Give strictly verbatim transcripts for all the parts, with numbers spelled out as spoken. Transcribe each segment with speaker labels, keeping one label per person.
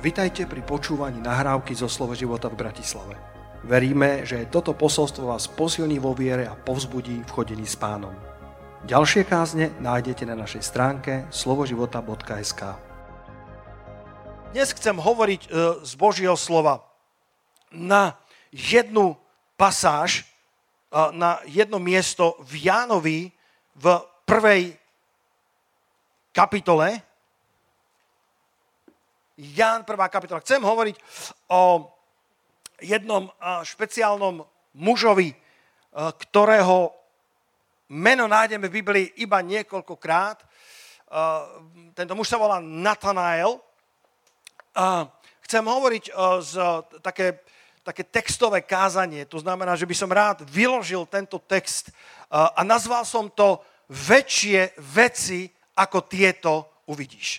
Speaker 1: Vitajte pri počúvaní nahrávky zo Slovo života v Bratislave. Veríme, že toto posolstvo vás posilní vo viere a povzbudí v chodení s Pánom. Ďalšie kázne nájdete na našej stránke slovoživota bodka es ká. Dnes chcem hovoriť z Božieho slova na jednu pasáž, na jedno miesto v Jánovi v prvej kapitole. Ján, prvá kapitola. Chcem hovoriť o jednom špeciálnom mužovi, ktorého meno nájdeme v Biblii iba niekoľkokrát. Tento muž sa volá Natanael. Chcem hovoriť z také, také textové kázanie. To znamená, že by som rád vyložil tento text a nazval som to Väčšie veci, ako tieto uvidíš.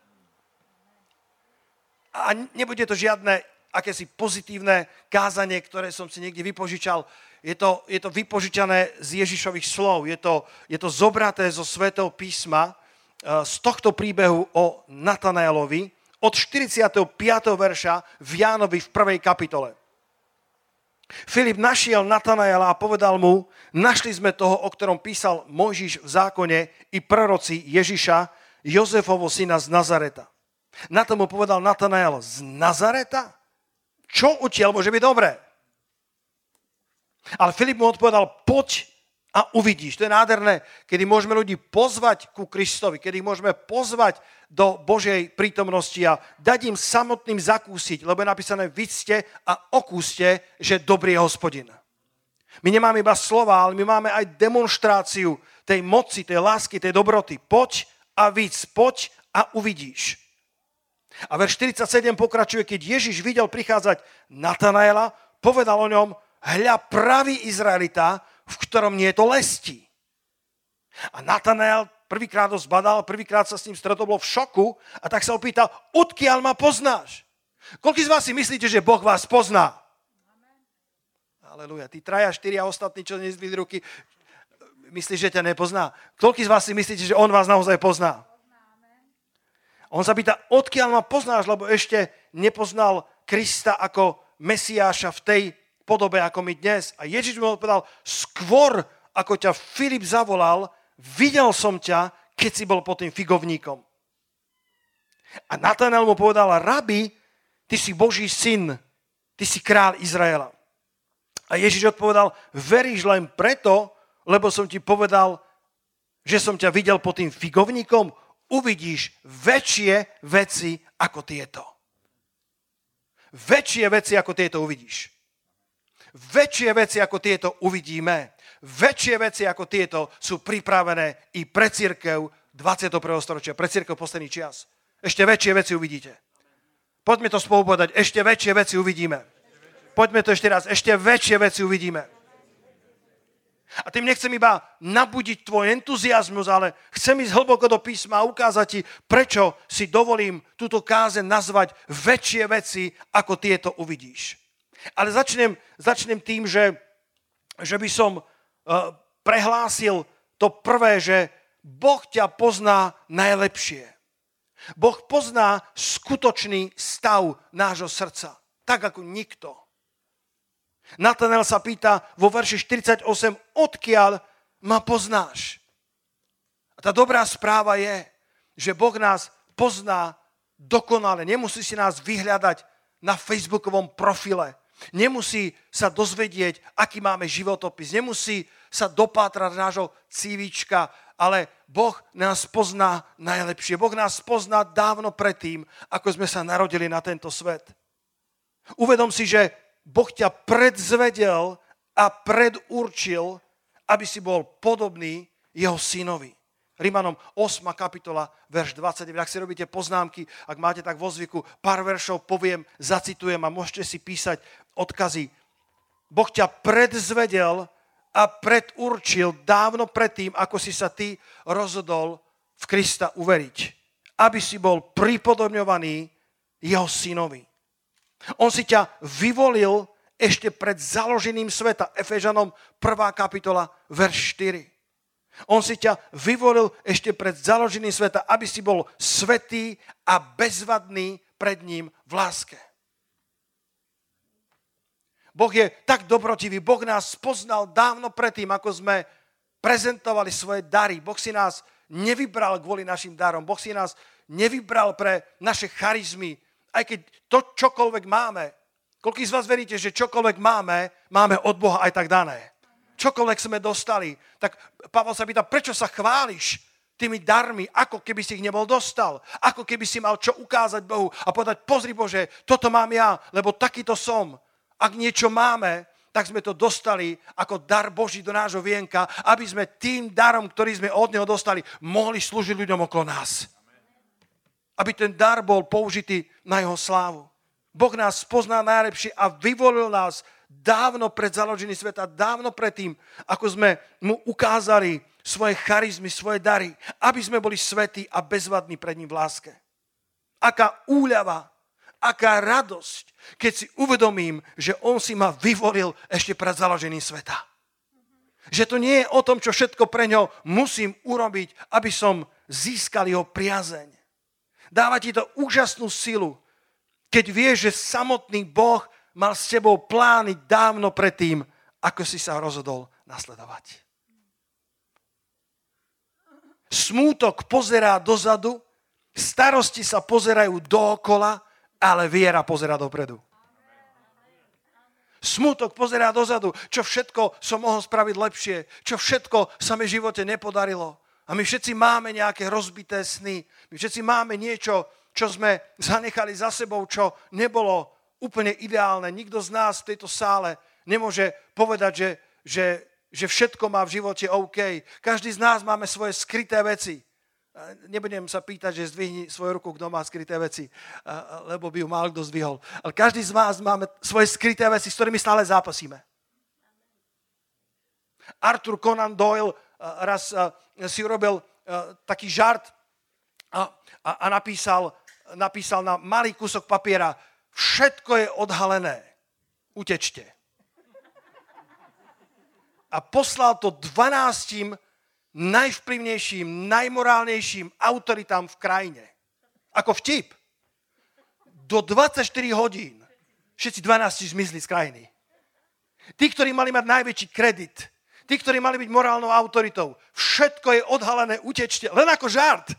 Speaker 1: A nebude to žiadne akési pozitívne kázanie, ktoré som si niekde vypožičal. Je to, je to vypožičané z Ježišových slov. Je to, je to zobraté zo Svätého písma, z tohto príbehu o Natanaelovi, od štyridsiateho piateho verša v Jánovi v prvej kapitole. Filip našiel Natanaela a povedal mu, našli sme toho, o ktorom písal Mojžiš v zákone i proroci Ježiša, Jozefovo syna z Nazareta. Na to mu povedal Natanael, z Nazareta? Čo odtiaľ môže byť dobré? Ale Filip mu odpovedal, poď a uvidíš. To je nádherné, kedy môžeme ľudí pozvať ku Kristovi, kedy ich môžeme pozvať do Božej prítomnosti a dať im samotným zakúsiť, lebo je napísané, vidzte a okúste, že dobrý je Hospodin. My nemáme iba slova, ale my máme aj demonštráciu tej moci, tej lásky, tej dobroty. Poď a vidz, poď a uvidíš. A verš štyridsaťsedem pokračuje, keď Ježiš videl prichádzať Natanaela, povedal o ňom, hľa pravý Izraelita, v ktorom nie je to lestí. A Natanael prvýkrát ho zbadal, prvýkrát sa s ním stretol, bol v šoku a tak sa opýtal, odkiaľ ma poznáš? Koľký z vás si myslíte, že Boh vás pozná? Aleluja. Tí traja, štyria ostatní, čo nezvili ruky, myslíš, že ťa nepozná? Koľký z vás si myslíte, že on vás naozaj pozná? On sa pýta, odkiaľ ma poznáš, lebo ešte nepoznal Krista ako Mesiáša v tej podobe, ako my dnes. A Ježiš mu odpovedal, skôr ako ťa Filip zavolal, videl som ťa, keď si bol pod tým figovníkom. A Natanael mu povedal, rabi, ty si Boží syn, ty si kráľ Izraela. A Ježiš odpovedal, veríš len preto, lebo som ti povedal, že som ťa videl pod tým figovníkom, uvidíš väčšie veci ako tieto. Väčšie veci ako tieto uvidíš. Väčšie veci ako tieto uvidíme. Väčšie veci ako tieto sú pripravené i pre cirkev dvadsiateho prvého storočia, pre cirkev posledný čas. Ešte väčšie veci uvidíte. Poďme to spolu povedať, ešte väčšie veci uvidíme. Poďme to ešte raz, ešte väčšie veci uvidíme. A tým nechcem iba nabudiť tvoj entuziasmus, ale chcem ísť hlboko do písma a ukázať ti, prečo si dovolím túto kázeň nazvať väčšie veci, ako tieto uvidíš. Ale začnem, začnem tým, že, že by som uh, prehlásil to prvé, že Boh ťa pozná najlepšie. Boh pozná skutočný stav nášho srdca, tak ako nikto. Natanael sa pýta vo verši štyridsaťosem, odkiaľ ma poznáš? A tá dobrá správa je, že Boh nás pozná dokonale. Nemusí si nás vyhľadať na facebookovom profile. Nemusí sa dozvedieť, aký máme životopis. Nemusí sa dopátrať nášho cívička, ale Boh nás pozná najlepšie. Boh nás pozná dávno predtým, ako sme sa narodili na tento svet. Uvedom si, že Boh ťa predzvedel a predurčil, aby si bol podobný jeho synovi. Rimanom ôsma kapitola, verš dvadsaťdeväť. Ak si robíte poznámky, ak máte tak vo zvyku, pár veršov poviem, zacitujem a môžete si písať odkazy. Boh ťa predzvedel a predurčil dávno predtým, ako si sa ty rozhodol v Krista uveriť. Aby si bol pripodobňovaný jeho synovi. On si ťa vyvolil ešte pred založením sveta. Efežanom prvá kapitola, verš štyri. On si ťa vyvolil ešte pred založením sveta, aby si bol svätý a bezvadný pred ním v láske. Boh je tak dobrotivý, Boh nás spoznal dávno predtým, ako sme prezentovali svoje dary. Boh si nás nevybral kvôli našim darom, Boh si nás nevybral pre naše charizmy, aj keď to čokoľvek máme. Koľký z vás veríte, že čokoľvek máme, máme od Boha aj tak dané. Čokoľvek sme dostali. Tak Pavol sa pýta, prečo sa chváliš tými darmi, ako keby si ich nebol dostal. Ako keby si mal čo ukázať Bohu a povedať, pozri Bože, toto mám ja, lebo takýto som. Ak niečo máme, tak sme to dostali ako dar Boží do nášho vienka, aby sme tým darom, ktorý sme od Neho dostali, mohli slúžiť ľuďom okolo nás. Aby ten dar bol použitý na Jeho slávu. Boh nás pozná najlepšie a vyvolil nás dávno pred založením sveta, dávno pred tým, ako sme mu ukázali svoje charizmy, svoje dary, aby sme boli svätí a bezvadní pred ním v láske. Aká úľava, aká radosť, keď si uvedomím, že on si ma vyvolil ešte pred založením sveta. Že to nie je o tom, čo všetko pre ňo musím urobiť, aby som získal jeho priazeň. Dáva ti to úžasnú silu, keď vieš, že samotný Boh mal s tebou plány dávno predtým, ako si sa rozhodol nasledovať. Smútok pozerá dozadu, starosti sa pozerajú dookola, ale viera pozerá dopredu. Smútok pozerá dozadu, čo všetko som mohol spraviť lepšie, čo všetko sa mi v živote nepodarilo. A my všetci máme nejaké rozbité sny, my všetci máme niečo, čo sme zanechali za sebou, čo nebolo úplne ideálne. Nikto z nás v tejto sále nemôže povedať, že, že, že všetko má v živote OK. Každý z nás máme svoje skryté veci. Nebudem sa pýtať, že zdvihni svoju ruku, kto má skryté veci, lebo by ju málo kto zdvihol. Ale každý z vás máme svoje skryté veci, s ktorými stále zápasíme. Arthur Conan Doyle raz si urobil taký žart a, a, a napísal, napísal na malý kúsok papiera: všetko je odhalené, utečte. A poslal to dvanástim najvplyvnejším, najmorálnejším autoritám v krajine. Ako vtip. Do dvadsaťštyri hodín všetci dvanásti zmizli z krajiny. Tí, ktorí mali mať najväčší kredit, tí, ktorí mali byť morálnou autoritou, všetko je odhalené, utečte, len ako žart.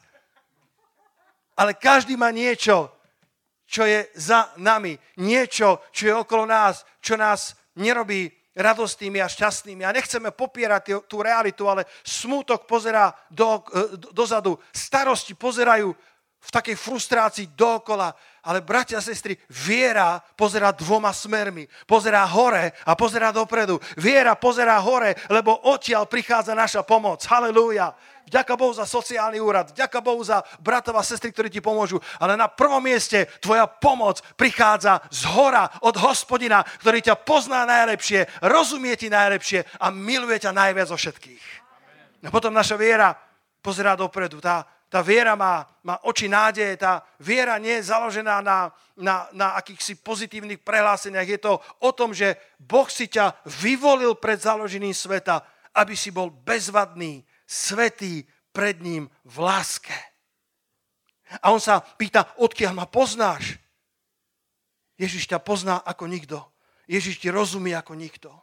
Speaker 1: Ale každý má niečo, čo je za nami, niečo, čo je okolo nás, čo nás nerobí radostnými a šťastnými. A nechceme popierať tú realitu, ale smútok pozerá do, do, dozadu, starosti pozerajú v takej frustrácii dookola. Ale bratia a sestry, viera pozerá dvoma smermi. Pozerá hore a pozerá dopredu. Viera pozerá hore, lebo odtiaľ prichádza naša pomoc. Halelúja. Vďaka Bohu za sociálny úrad. Vďaka Bohu za bratov a sestry, ktorí ti pomôžu. Ale na prvom mieste tvoja pomoc prichádza z hora od Hospodina, ktorý ťa pozná najlepšie, rozumie ti najlepšie a miluje ťa najviac zo všetkých. A potom naša viera pozerá dopredu. Tá, tá viera má, má oči nádeje. Tá viera nie je založená na, na, na akýchsi pozitívnych prehláseniach. Je to o tom, že Boh si ťa vyvolil pred založením sveta, aby si bol bezvadný, svätý pred ním v láske. A on sa pýta, odkiaľ ma poznáš? Ježiš ťa pozná ako nikto. Ježiš ti rozumie ako nikto.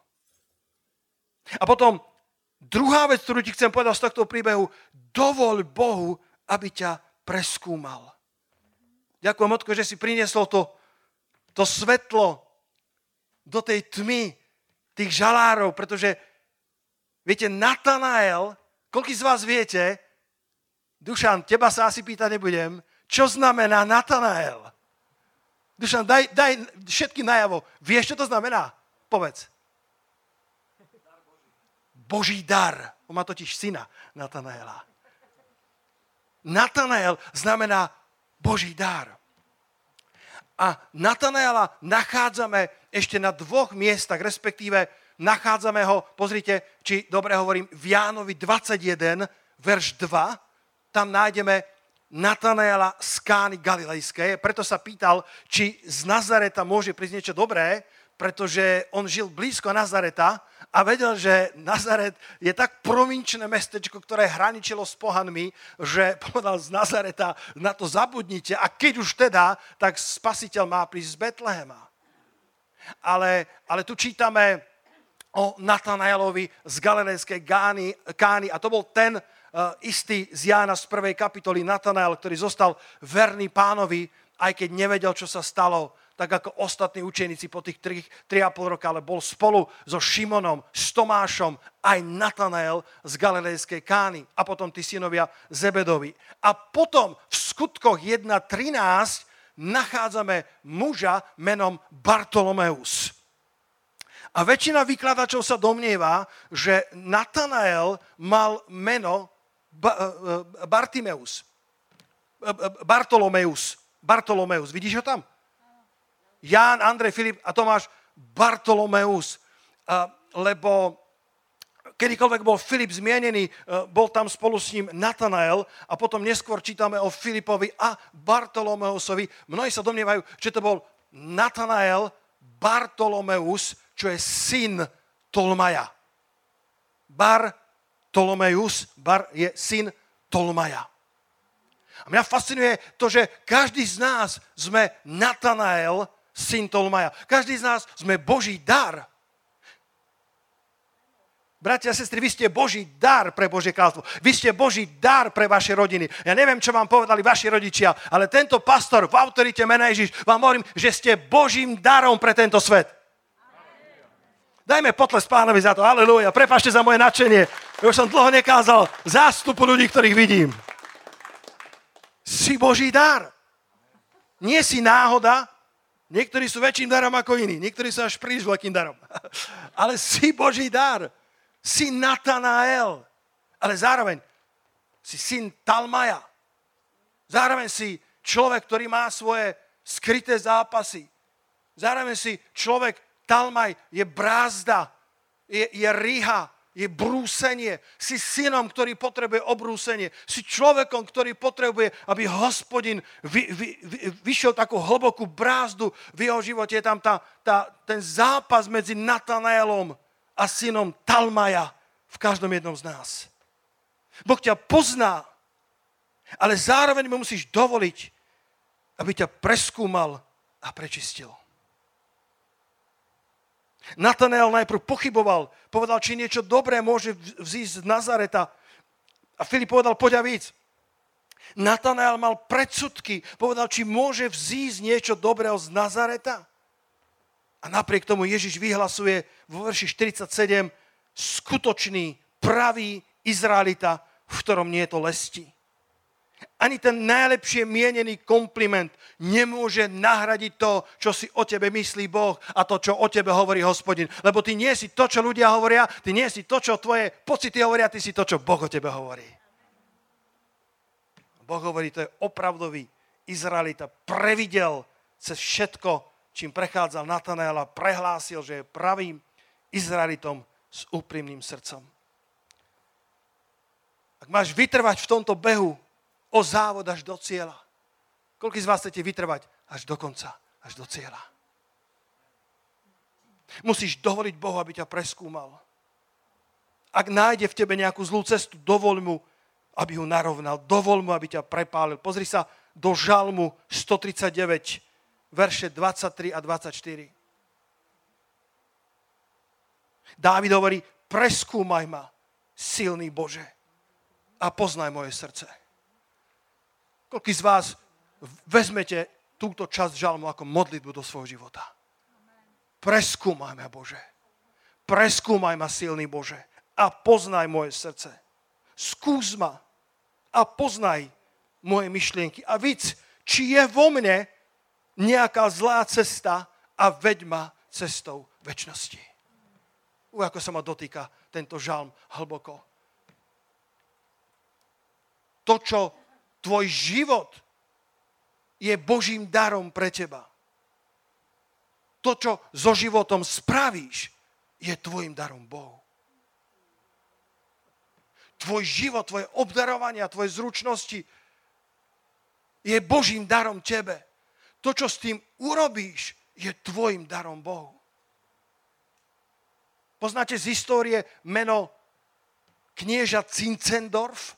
Speaker 1: A potom druhá vec, ktorú ti chcem povedať z tohto príbehu, dovoľ Bohu, aby ťa preskúmal. Ďakujem, Otko, že si priniesol to, to svetlo do tej tmy tých žalárov, pretože viete, Natanael, koľký z vás viete, Dušan, teba sa asi pýtať nebudem, čo znamená Natanael? Dušan, daj, daj všetkým najavo. Vieš, čo to znamená? Povedz. Boží dar. On má totiž syna Natanaela. Natanael znamená Boží dar. A Natanaela nachádzame ešte na dvoch miestach, respektíve nachádzame ho, pozrite, či dobre hovorím, v Jánovi dvadsaťjeden, verš dva, tam nájdeme Natanaela z Kány Galilejskej. Preto sa pýtal, či z Nazareta môže prísť niečo dobré. pretože on žil blízko Nazareta a vedel, že Nazaret je tak provinčné mestečko, ktoré hraničilo s pohanmi, že povedal z Nazareta, na to zabudnite a keď už teda, tak spasiteľ má prísť z Betlehema. Ale, ale tu čítame o Natanaelovi z Galilejskej Kány, Kány a to bol ten uh, istý z Jána z prvej kapitoly Natanael, ktorý zostal verný pánovi, aj keď nevedel, čo sa stalo, tak ako ostatní učeníci po tých tri a pol roka, ale bol spolu so Šimonom, s Tomášom, aj Natanael z Galilejskej Kány a potom tí synovia Zebedovi. A potom v skutkoch jedna trinásť nachádzame muža menom Bartolomeus. A väčšina vykladačov sa domnieva, že Natanael mal meno Bartimeus. Bartolomeus. Bartolomeus. Vidíš ho tam? Ján, Andrej, Filip a Tomáš, Bartolomeus, lebo kedykoľvek bol Filip zmienený, bol tam spolu s ním Natanael a potom neskôr čítame o Filipovi a Bartolomeusovi. Mnohí sa domnievajú, že to bol Natanael Bartolomeus, čo je syn Tolmaja. Bartolomeus, Bar je syn Tolmaja. A mňa fascinuje to, že každý z nás sme Natanael, syn Tolmaja. Každý z nás sme Boží dar. Bratia a sestry, vy ste Boží dar pre Božie kráľovstvo. Vy ste Boží dar pre vaše rodiny. Ja neviem, čo vám povedali vaši rodičia, ale tento pastor v autorite mena Ježiš vám hovorím, že ste Božím darom pre tento svet. Dajme potles pánovi za to. Halelúja. Prepáčte za moje nadšenie. Už som dlho nekázal zástupu ľudí, ktorých vidím. Si Boží dar. Nie si náhoda. Niektorí sú väčším darom ako iní. Niektorí sú až príliš veľkým darom. Ale si Boží dar. Si Natanael. Ale zároveň si syn Talmaja. Zároveň si človek, ktorý má svoje skryté zápasy. Zároveň si človek, Talmaj je brázda, je, je riha, je brúsenie. Si synom, ktorý potrebuje obrúsenie. Si človekom, ktorý potrebuje, aby Hospodin vy, vy, vy, vyšiel takú hlbokú brázdu v jeho živote. Je tam tá, tá, ten zápas medzi Natanaelom a synom Talmaja v každom jednom z nás. Boh ťa pozná, ale zároveň mu musíš dovoliť, aby ťa preskúmal a prečistil. Natanael najprv pochyboval, povedal, či niečo dobré môže vzísť z Nazareta. A Filip povedal, poď a víc. Natanael mal predsudky, povedal, či môže vzísť niečo dobrého z Nazareta. A napriek tomu Ježiš vyhlasuje vo verši štyridsaťsedem skutočný, pravý Izraelita, v ktorom nie je to lesti. Ani ten najlepšie mienený kompliment nemôže nahradiť to, čo si o tebe myslí Boh a to, čo o tebe hovorí Hospodin. Lebo ty nie si to, čo ľudia hovoria, ty nie si to, čo tvoje pocity hovoria, ty si to, čo Boh o tebe hovorí. Boh hovorí, to je opravdový Izraelita. Previdel cez všetko, čím prechádzal Natanael a prehlásil, že je pravým Izraelitom s úprimným srdcom. Ak máš vytrvať v tomto behu, o závod až do cieľa. Koľký z vás chcete vytrvať až do konca, až do cieľa? Musíš dovoliť Bohu, aby ťa preskúmal. Ak nájde v tebe nejakú zlú cestu, dovol mu, aby ju narovnal. Dovol mu, aby ťa prepálil. Pozri sa do Žalmu stotridsaťdeväť, verše dvadsaťtri a dvadsaťštyri. Dávid hovorí, preskúmaj ma, silný Bože, a poznaj moje srdce. Koľký z vás vezmete túto časť žalmu ako modlitbu do svojho života? Preskúmaj ma, Bože. Preskúmaj ma, silný Bože. A poznaj moje srdce. Skús ma a poznaj moje myšlienky. A víc, či je vo mne nejaká zlá cesta a veď ma cestou večnosti. U, ako sa ma dotýka tento žalm hlboko. To, čo tvoj život je Božím darom pre teba. To, čo so životom spravíš, je tvojim darom Bohu. Tvoj život, tvoje obdarovanie, tvoje zručnosti je Božím darom tebe. To, čo s tým urobíš, je tvojim darom Bohu. Poznáte z histórie meno knieža Zinzendorf?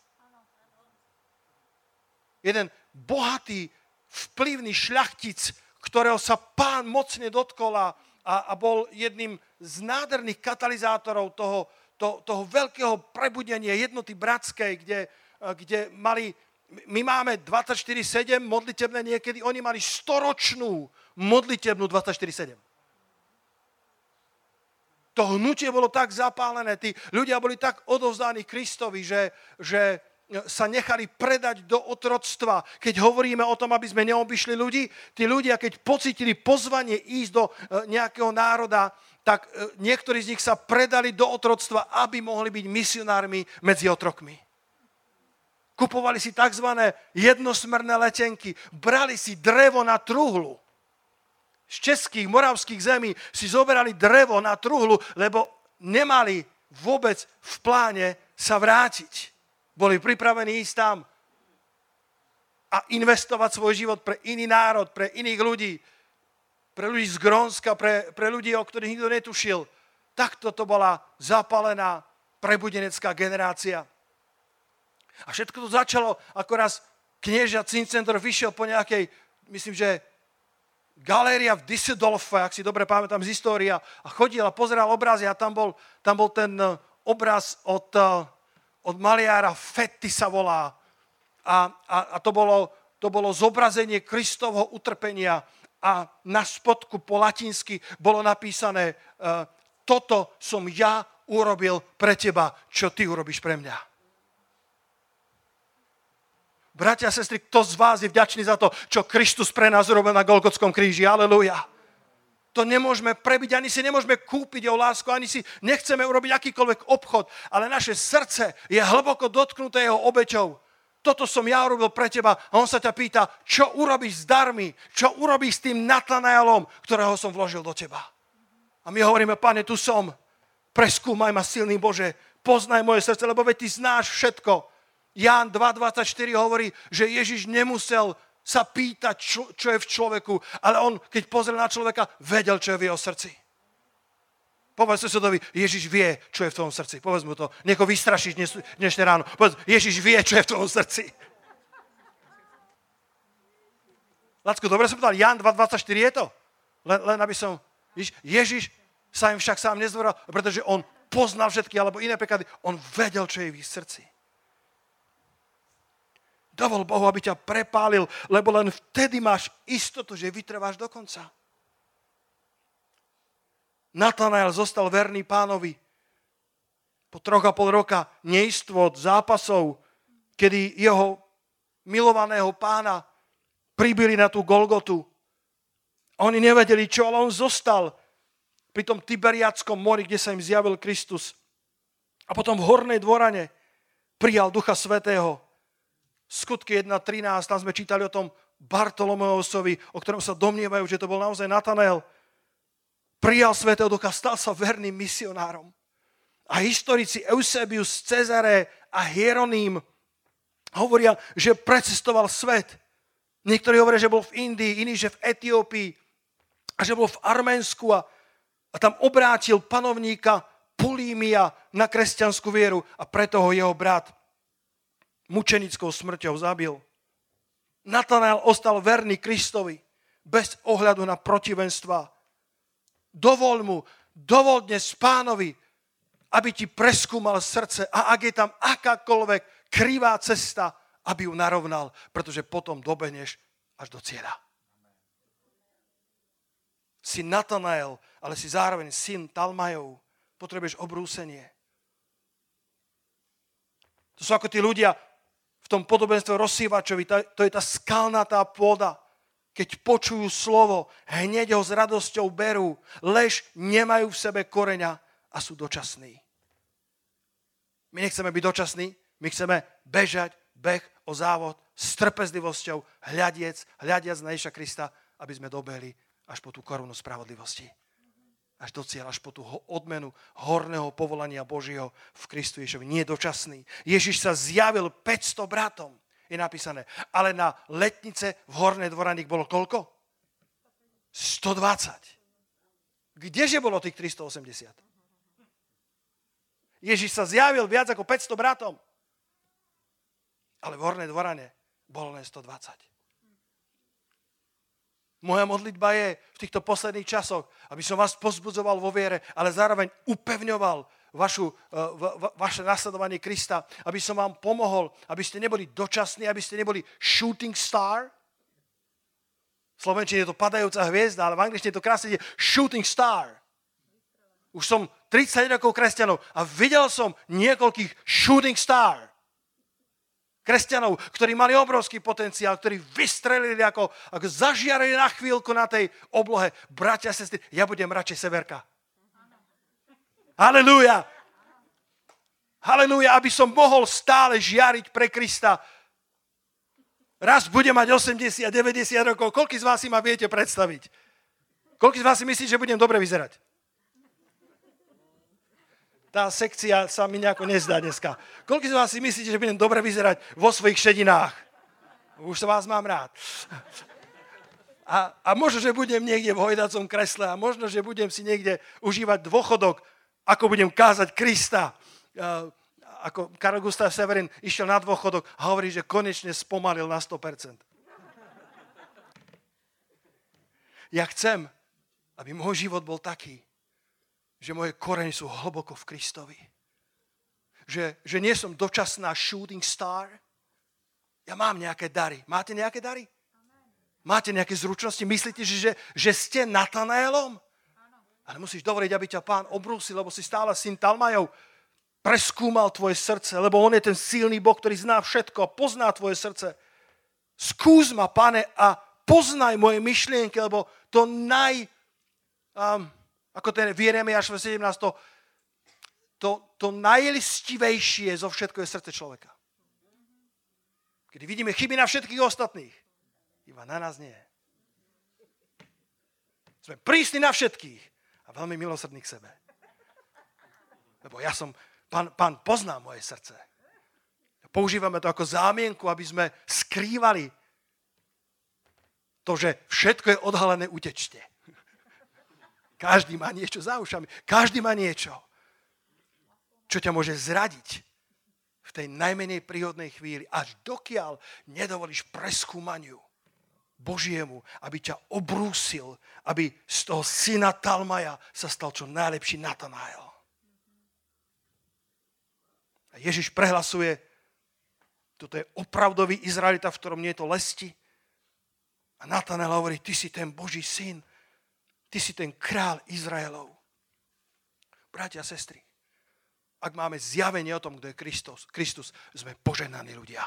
Speaker 1: Jeden bohatý, vplyvný šľachtic, ktorého sa Pán mocne dotkol a, a bol jedným z nádherných katalizátorov toho, to, toho veľkého prebudenia jednoty bratskej, kde, kde mali, my máme dvadsaťštyri sedem modlitebné niekedy, oni mali storočnú modlitebnú dvadsaťštyri sedem. To hnutie bolo tak zapálené, tí ľudia boli tak odovzdaní Kristovi, že, že sa nechali predať do otroctva. Keď hovoríme o tom, aby sme neobyšli ľudí, tí ľudia, keď pocítili pozvanie ísť do nejakého národa, tak niektorí z nich sa predali do otroctva, aby mohli byť misionármi medzi otrokmi. Kupovali si tzv. Jednosmerné letenky, brali si drevo na truhlu. Z českých, moravských zemí si zoberali drevo na truhlu, lebo nemali vôbec v pláne sa vrátiť. Boli pripravení ísť tam a investovať svoj život pre iný národ, pre iných ľudí, pre ľudí z Grónska, pre, pre ľudí, o ktorých nikto netušil. Takto to bola zapálená prebudenecká generácia. A všetko to začalo, ako raz knieža Zinzendorf vyšiel po nejakej, myslím, že galéria v Düsseldorfe, ak si dobre pamätám z história, a chodil a pozeral obrazy a tam bol, tam bol ten obraz od, od maliára Fetti sa volá. A, a, a to, bolo, to bolo zobrazenie Kristovho utrpenia a na spodku po latinsky bolo napísané uh, toto som ja urobil pre teba, čo ty urobíš pre mňa. Bratia a sestry, kto z vás je vďačný za to, čo Kristus pre nás urobil na Golgotskom kríži? Aleluja. To nemôžeme prebiť, ani si nemôžeme kúpiť jeho lásku, ani si nechceme urobiť akýkoľvek obchod, ale naše srdce je hlboko dotknuté jeho obeťou. Toto som ja urobil pre teba a on sa ťa pýta, čo urobíš s darmi, čo urobíš s tým Natanaelom, ktorého som vložil do teba. A my hovoríme, Pane, tu som, preskúmaj ma, silný Bože, poznaj moje srdce, lebo veď ty znáš všetko. Ján dva dvadsaťštyri hovorí, že Ježiš nemusel sa pýtať, čo, čo je v človeku, ale on, keď pozrel na človeka, vedel, čo je v jeho srdci. Povedz susedovi, Ježiš vie, čo je v tvojom srdci. Povedz mu to, nieko vystrašíš dnes, dnešné ráno. Povedz, Ježiš vie, čo je v tvojom srdci. Lacko, dobre som povedal, Ján dva dvadsaťštyri je to? Len, len aby som... Víš, Ježiš sa im však sám nezvoral, pretože on poznal všetky, alebo iné preklady, on vedel, čo je v ich srdci. Dovol Bohu, aby ťa prepálil, lebo len vtedy máš istotu, že vytrváš do konca. Natanael zostal verný Pánovi. Po troch a pol roka neistôt, zápasov, kedy jeho milovaného Pána pribili na tú Golgotu. Oni nevedeli čo, ale on zostal pri tom Tiberiadskom mori, kde sa im zjavil Kristus. A potom v Hornej dvorane prijal Ducha Svätého. Skutky jeden trinásť, tam sme čítali o tom Bartolomeosovi, o ktorom sa domnievajú, že to bol naozaj Natanael. Prijal Svätého Ducha, stal sa verným misionárom. A historici Eusebius, Cezare a Hieroným hovoria, že precestoval svet. Niektorí hovoria, že bol v Indii, iní, že v Etiópii a že bol v Arménsku a, a tam obrátil panovníka Polímia na kresťanskú vieru a preto ho jeho brat mučenickou smrťou zabil. Natanael ostal verný Kristovi bez ohľadu na protivenstva. Dovol mu, dovol dnes Pánovi, aby ti preskúmal srdce a ak je tam akákoľvek krivá cesta, aby ju narovnal, pretože potom dobehneš až do cieľa. Si Natanael, ale si zároveň syn Talmajov. Potrebuješ obrúsenie. To sú ako tí ľudia v tom podobenstve rozsývačovi, to je tá skalnatá pôda. Keď počujú slovo, hneď ho s radosťou berú, lež nemajú v sebe koreňa a sú dočasní. My nechceme byť dočasní, my chceme bežať beh o závod s trpezlivosťou, hľadiec, hľadiac na Ježiša Krista, aby sme dobehli až po tú korunu spravodlivosti. Až do cieľa, až po tú odmenu horného povolania Božieho v Kristu Ježišovi. Nie dočasný. Ježiš sa zjavil päťsto bratom, je napísané. Ale na letnice v Hornej dvorane bolo koľko? stodvadsať. Kdeže bolo tých tristoosemdesiat? Ježiš sa zjavil viac ako päťsto bratom. Ale v Hornej Dvorane bolo len stodvadsať. Moja modlitba je v týchto posledných časoch, aby som vás pozbudzoval vo viere, ale zároveň upevňoval vašu, va, va, vaše nasledovanie Krista, aby som vám pomohol, aby ste neboli dočasní, aby ste neboli shooting star. V slovenčine je to padajúca hviezda, ale v angličtine je to krásne shooting star. Už som tridsať rokov kresťanov a videl som niekoľkých shooting star. Kresťanov, ktorí mali obrovský potenciál, ktorí vystrelili ako, ako zažiarili na chvíľku na tej oblohe. Bratia a sestry, ja budem radšej severka. Halelúja. Halelúja, aby som mohol stále žiariť pre Krista. Raz budem mať osemdesiat, deväťdesiat rokov. Koľko z vás si ma viete predstaviť? Koľko z vás si myslíte, že budem dobre vyzerať? Tá sekcia sa mi nejako nezdá dneska. Koľko z vás si myslíte, že budem dobre vyzerať vo svojich šedinách? Už sa vás mám rád. A, a možno, že budem niekde v hojdacom kresle a možno, že budem si niekde užívať dôchodok, ako budem kázať Krista. Uh, ako Karol Gustav Severin išiel na dôchodok a hovorí, že konečne spomalil na sto percent. Ja chcem, aby môj život bol taký, že moje korene sú hlboko v Kristovi. Že, že nie som dočasná shooting star. Ja mám nejaké dary. Máte nejaké dary? Máte nejaké zručnosti? Myslíte, že, že ste Natanaelom? Ale musíš dovoliť, aby ťa Pán obrúsil, lebo si stále syn Talmajov. Preskúmal tvoje srdce, lebo on je ten silný Boh, ktorý zná všetko a pozná tvoje srdce. Skús ma, Pane, a poznaj moje myšlienky, lebo to naj... Um, ako ten v Jeremiáš sedemnásť, to, to, to najlistivejšie zo všetko je srdce človeka. Keď vidíme chyby na všetkých ostatných, iba na nás nie. Sme prísni na všetkých a veľmi milosrdní k sebe. Lebo ja som, pán, pán pozná moje srdce. Používame to ako zámienku, aby sme skrývali to, že všetko je odhalené, utečte. Každý má niečo za ušami. Každý má niečo, čo ťa môže zradiť v tej najmenej príhodnej chvíli, až dokiaľ nedovolíš preskúmaniu Božiemu, aby ťa obrúsil, aby z toho syna Talmaja sa stal čo najlepší Natanael. A Ježiš prehlasuje, toto je opravdový Izraelita, v ktorom nie je to lesti. A Natanael hovorí, ty si ten Boží syn. Ty si ten král Izraelov. Bratia a sestry, ak máme zjavenie o tom, kto je Kristus, Kristus, sme požehnaní ľudia.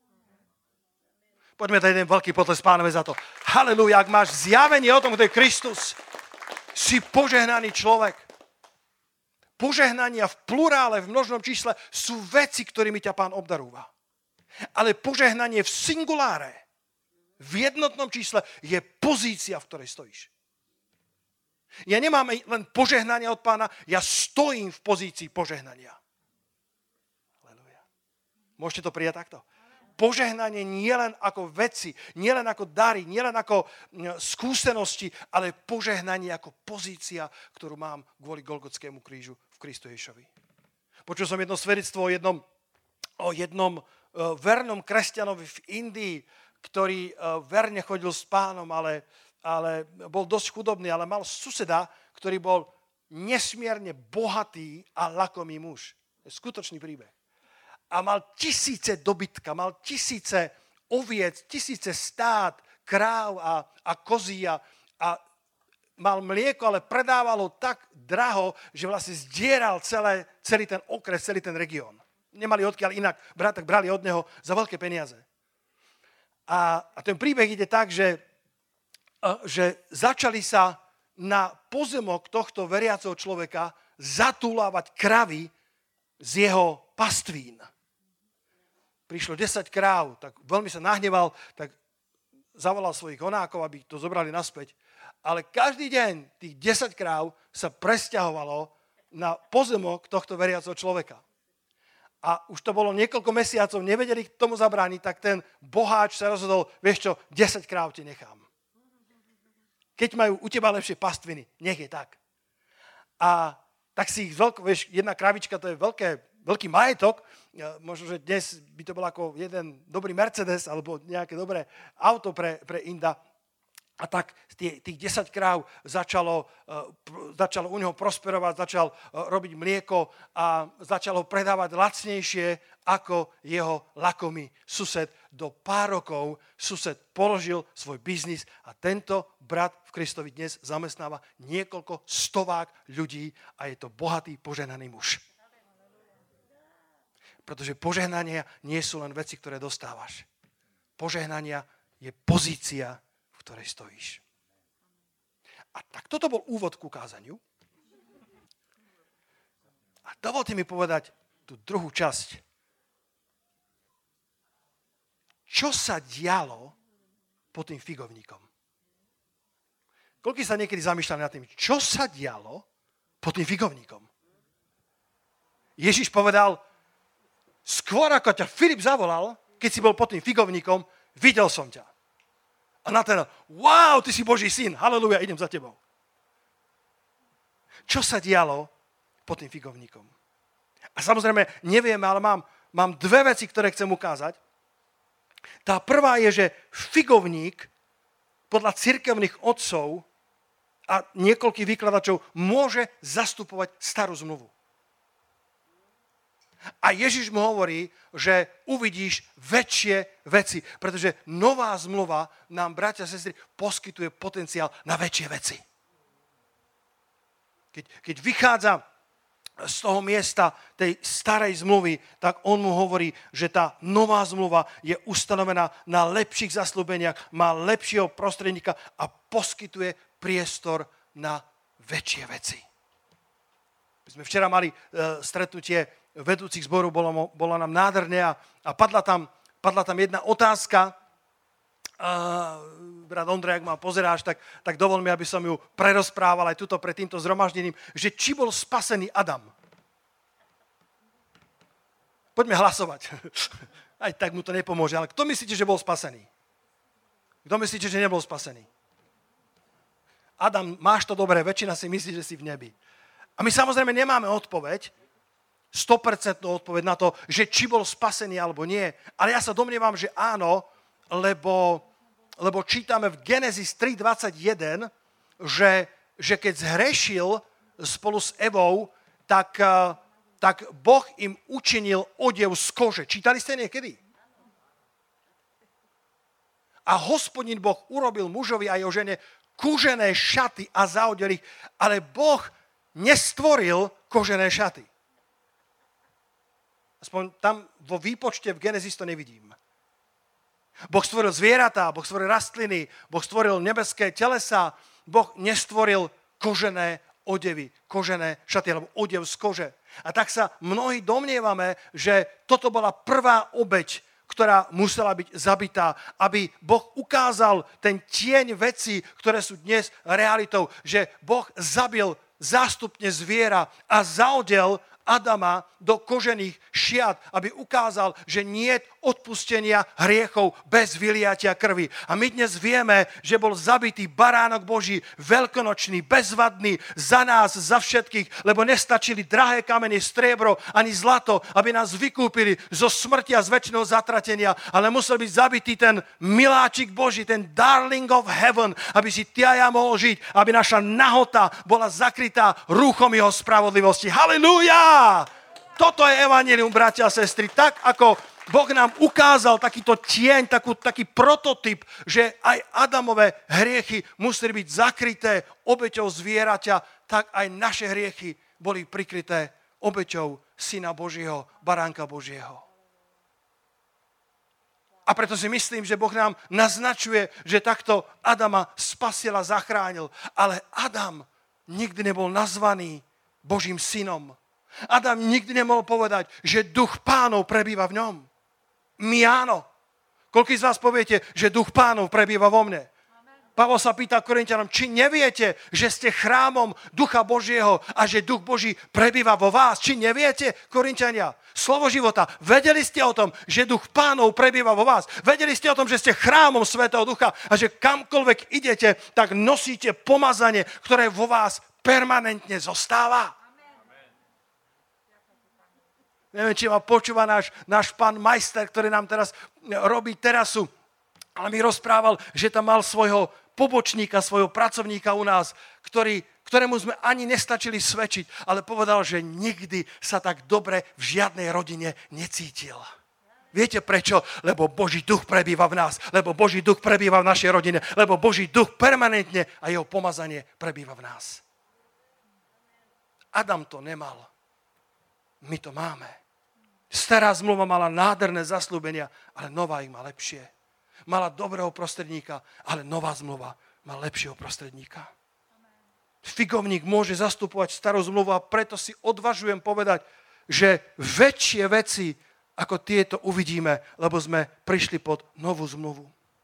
Speaker 1: Poďme dať jeden veľký potles Pánovi za to. Halelúja, ak máš zjavenie o tom, kto je Kristus, si požehnaný človek. Požehnania v plurále, v množnom čísle sú veci, ktorými ťa Pán obdarúva. Ale požehnanie v singuláre, v jednotnom čísle, je pozícia, v ktorej stojíš. Ja nemám len požehnanie od Pána, ja stojím v pozícii požehnania. Halelúja. Môžete to prijať takto? Požehnanie nie len ako veci, nie len ako dary, nie len ako skúsenosti, ale požehnanie ako pozícia, ktorú mám kvôli Golgotskému krížu v Kristu Ježišovi. Počul som jedno svedectvo o jednom, o jednom uh, vernom kresťanovi v Indii, ktorý uh, verne chodil s Pánom, ale ale bol dosť chudobný, ale mal suseda, ktorý bol nesmierne bohatý a lakomý muž. To je skutočný príbeh. A mal tisíce dobytka, mal tisíce oviec, tisíce stád, kráv a, a kozí a, a mal mlieko, ale predávalo tak draho, že vlastne zdieral celé, celý ten okres, celý ten región. Nemali odkiaľ inak brať, tak brali od neho za veľké peniaze. A, a ten príbeh ide tak, že že začali sa na pozemok tohto veriaceho človeka zatúlávať kravy z jeho pastvín. Prišlo desať kráv, tak veľmi sa nahneval, tak zavolal svojich onákov, aby to zobrali naspäť. Ale každý deň tých desať kráv sa presťahovalo na pozemok tohto veriaceho človeka. A už to bolo niekoľko mesiacov, nevedeli k tomu zabrániť, tak ten boháč sa rozhodol, vieš čo, desať kráv ti nechám. Keď majú u teba lepšie pastviny, nech je tak. A tak si ich veľko, vieš, jedna kravička to je veľké, veľký majetok, možno, že dnes by to bol ako jeden dobrý Mercedes alebo nejaké dobré auto pre, pre Inda. A tak tých, tých desať kráv začalo, uh, začalo u neho prosperovať, začal uh, robiť mlieko a začal ho predávať lacnejšie ako jeho lakomý sused. Do pár rokov sused položil svoj biznis a tento brat v Kristovi dnes zamestnáva niekoľko stovák ľudí a je to bohatý, požehnaný muž. Pretože požehnania nie sú len veci, ktoré dostávaš. Požehnania je pozícia, v ktorej stojíš. A tak toto bol úvod ku kázaniu. A dovolte mi povedať tú druhú časť. Čo sa dialo pod tým figovníkom? Koľko sa niekedy zamýšľali nad tým, čo sa dialo pod tým figovníkom? Ježiš povedal, skôr ako ťa Filip zavolal, keď si bol pod tým figovníkom, videl som ťa. A na ten, wow, ty si Boží syn, halleluja, idem za tebou. Čo sa dialo pod tým figovníkom? A samozrejme, nevieme, ale mám, mám dve veci, ktoré chcem ukázať. Tá prvá je, že figovník podľa cirkevných otcov a niekoľkých vykladačov môže zastupovať starú zmluvu. A Ježiš mu hovorí, že uvidíš väčšie veci, pretože nová zmluva nám, bratia a sestry, poskytuje potenciál na väčšie veci. Keď, keď vychádza z toho miesta tej starej zmluvy, tak on mu hovorí, že tá nová zmluva je ustanovená na lepších zasľúbeniach, má lepšieho prostredníka a poskytuje priestor na väčšie veci. My sme včera mali uh, stretnutie vedúcich zboru, bolo, bolo nám nádherné a, a padla, tam, padla tam jedna otázka. Uh, brat Ondrej, ak ma pozeráš, tak, tak dovol mi, aby som ju prerozprával aj tuto pred týmto zhromaždením, že či bol spasený Adam. Poďme hlasovať. Aj tak mu to nepomôže, ale kto myslíte, že bol spasený? Kto myslíte, že nebol spasený? Adam, máš to dobré, väčšina si myslí, že si v nebi. A my samozrejme nemáme odpoveď, sto percent odpoveď na to, že či bol spasený alebo nie. Ale ja sa domnievam, že áno, lebo, lebo čítame v Genesis tri dvadsaťjeden, že, že keď zhrešil spolu s Evou, tak, tak Boh im učinil odev z kože. Čítali ste niekedy? A Hospodin Boh urobil mužovi a jeho žene kúžené šaty a zaodel ich, ale Boh nestvoril kožené šaty. Aspoň tam vo výpočte v Genesis to nevidím. Boh stvoril zvieratá, Boh stvoril rastliny, Boh stvoril nebeské telesa, Boh nestvoril kožené odevy, kožené šaty alebo odev z kože. A tak sa mnohí domnievame, že toto bola prvá obeť, ktorá musela byť zabitá, aby Boh ukázal ten tieň vecí, ktoré sú dnes realitou, že Boh zabil zástupne zviera a zaodel Adama do kožených šiat, aby ukázal, že niet odpustenia hriechov bez vyliatia krvi. A my dnes vieme, že bol zabitý baránok Boží, veľkonočný, bezvadný, za nás, za všetkých, lebo nestačili drahé kamene, striebro ani zlato, aby nás vykúpili zo smrti a z večného zatratenia, ale musel byť zabitý ten miláčik Boží, ten darling of heaven, aby si ty a ja mohol žiť, aby naša nahota bola zakrytá rúchom jeho spravodlivosti. Halelúja! Toto je evanjelium, bratia a sestry. Tak ako Boh nám ukázal takýto tieň, takú, taký prototyp, že aj Adamové hriechy museli byť zakryté obeťou zvieraťa, tak aj naše hriechy boli prikryté obeťou Syna Božieho, Baránka Božieho. A preto si myslím, že Boh nám naznačuje, že takto Adama spasil a zachránil. Ale Adam nikdy nebol nazvaný Božím synom. Adam nikdy nemohol povedať, že duch Pánov prebýva v ňom. My áno. Koľký z vás poviete, že duch Pánov prebýva vo mne? Pavol sa pýta Korinťanom, či neviete, že ste chrámom ducha Božieho a že duch Boží prebýva vo vás? Či neviete, Korinťania? Slovo života. Vedeli ste o tom, že duch Pánov prebýva vo vás? Vedeli ste o tom, že ste chrámom Svätého Ducha a že kamkoľvek idete, tak nosíte pomazanie, ktoré vo vás permanentne zostáva? Neviem, či ma počúva náš, náš pán majster, ktorý nám teraz robí terasu. Ale mi rozprával, že tam mal svojho pobočníka, svojho pracovníka u nás, ktorý, ktorému sme ani nestačili svedčiť, ale povedal, že nikdy sa tak dobre v žiadnej rodine necítil. Viete prečo? Lebo Boží duch prebýva v nás, lebo Boží duch prebýva v našej rodine, lebo Boží duch permanentne a jeho pomazanie prebýva v nás. Adam to nemal. My to máme. Stará zmluva mala nádherné zasľúbenia, ale nová ich má lepšie. Mala dobrého prostredníka, ale nová zmluva má lepšieho prostredníka. Figovník môže zastupovať starú zmluvu a preto si odvažujem povedať, že väčšie veci ako tieto uvidíme, lebo sme prišli pod novú zmluvu.